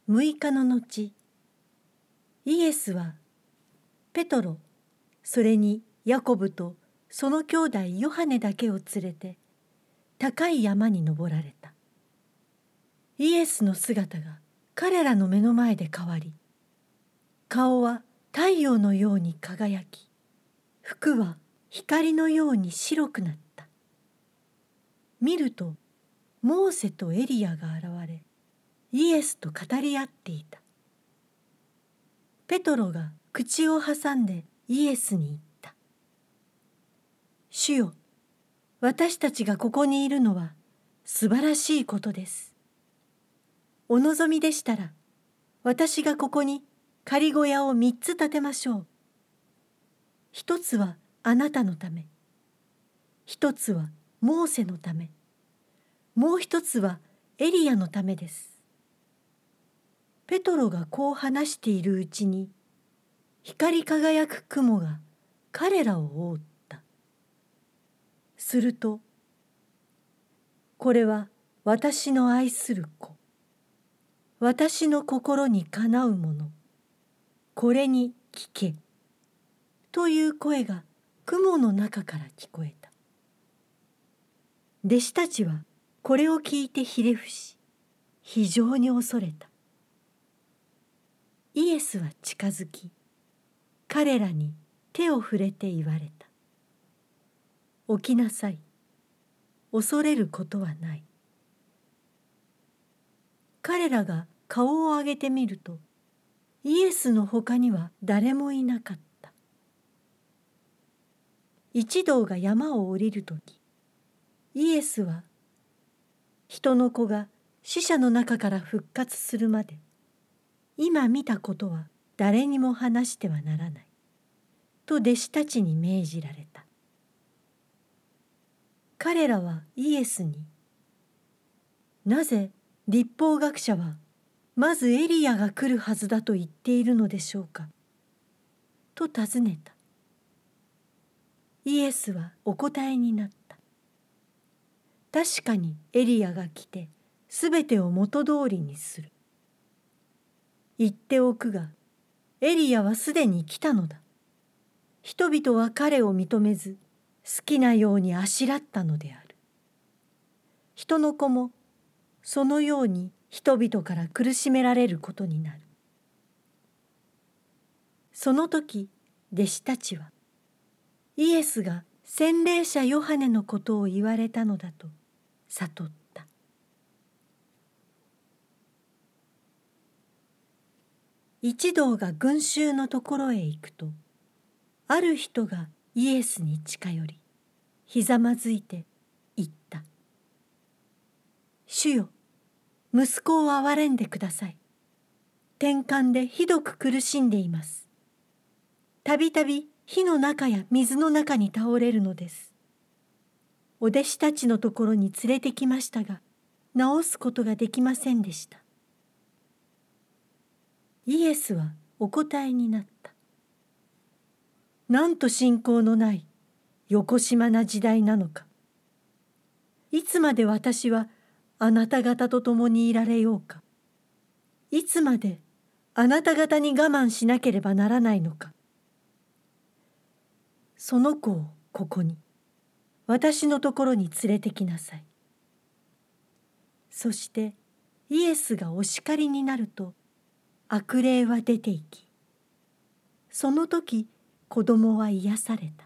6日の後、イエスはペトロ、それにヤコブとその兄弟ヨハネだけを連れて高い山に登られた。イエスの姿が彼らの目の前で変わり、顔は太陽のように輝き、服は光のように白くなった。見るとモーセとエリアが現れ、イエスと語り合っていた。ペトロが口を挟んでイエスに言った。主よ、私たちがここにいるのは素晴らしいことです。お望みでしたら、私がここに仮小屋を3つ建てましょう。一つはあなたのため、一つはモーセのため、もう一つはエリアのためです。ペトロがこう話しているうちに、光り輝く雲が彼らを覆った。すると、これは私の愛する子、私の心にかなうもの、これに聞け、という声が雲の中から聞こえた。弟子たちはこれを聞いてひれ伏し、非常に恐れた。イエスは近づき、彼らに手を触れて言われた。起きなさい。恐れることはない。彼らが顔を上げてみると、イエスのほかには誰もいなかった。一同が山を降りるとき、イエスは、人の子が死者の中から復活するまで、今見たことは誰にも話してはならない、と弟子たちに命じられた。彼らはイエスに、なぜ律法学者はまずエリアが来るはずだと言っているのでしょうか、と尋ねた。イエスはお答えになった。確かにエリアが来てすべてを元通りにする。言っておくが、エリアはすでに来たのだ。人々は彼を認めず、好きなようにあしらったのである。人の子もそのように人々から苦しめられることになる。その時、弟子たちは、イエスが洗礼者ヨハネのことを言われたのだと悟った。一同が群衆のところへ行くと、ある人がイエスに近寄り、ひざまずいて言った。主よ、息子を憐れんでください。転換でひどく苦しんでいます。たびたび火の中や水の中に倒れるのです。お弟子たちのところに連れてきましたが、治すことができませんでした。イエスはお答えになった。なんと信仰のないよこしまな時代なのか。いつまで私はあなた方と共にいられようか。いつまであなた方に我慢しなければならないのか。その子をここに、私のところに連れてきなさい。そしてイエスがお叱りになると、悪霊は出て行き、その時子供は癒された。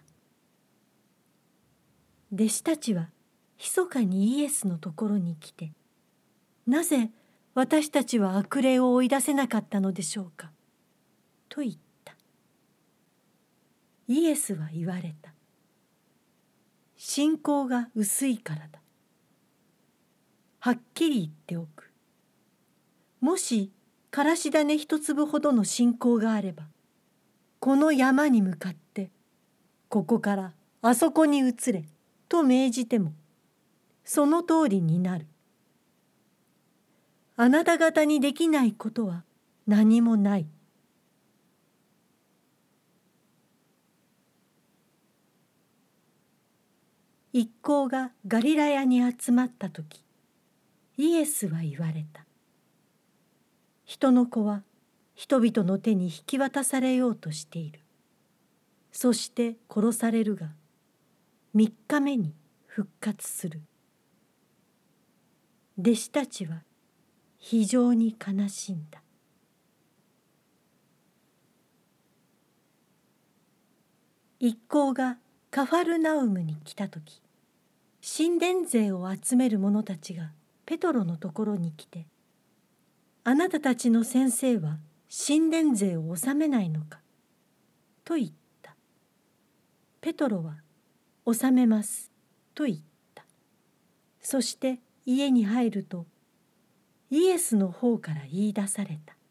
弟子たちは密かにイエスのところに来て、なぜ私たちは悪霊を追い出せなかったのでしょうか、と言った。イエスは言われた。信仰が薄いからだ。はっきり言っておく。もしからし種一粒ほどの信仰があれば、この山に向かって、ここからあそこに移れと命じても、その通りになる。あなた方にできないことは何もない。一行がガリラヤに集まったとき、イエスは言われた。 人の子は人々の手に引き渡されようとしている。そして殺されるが、3日目に復活する。弟子たちは非常に悲しんだ。一行がカファルナウムに来たとき、神殿税を集める者たちがペトロのところに来て、あなたたちの先生は神殿税を納めないのかと言った。ペトロは納めますと言った。そして家に入ると、イエスの方から言い出された。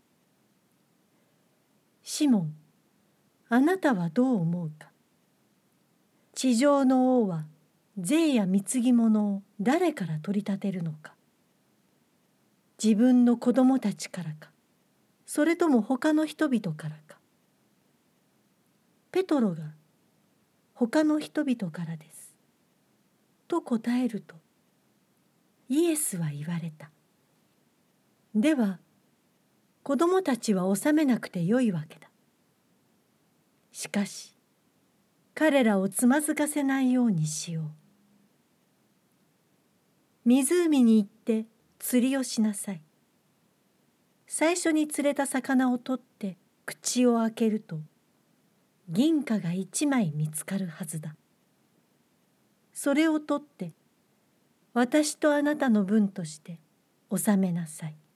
シモン、あなたはどう思うか。地上の王は税や貢ぎ物を誰から取り立てるのか。自分の子供たちからか、それとも他の人々からか。ペトロが他の人々からですと答えると、イエスは言われた。では子供たちは納めなくてよいわけだ。しかし彼らをつまずかせないようにしよう。湖に行って釣りをしなさい。最初に釣れた魚を取って口を開けると、銀貨が1枚見つかるはずだ。それを取って私とあなたの分として納めなさい。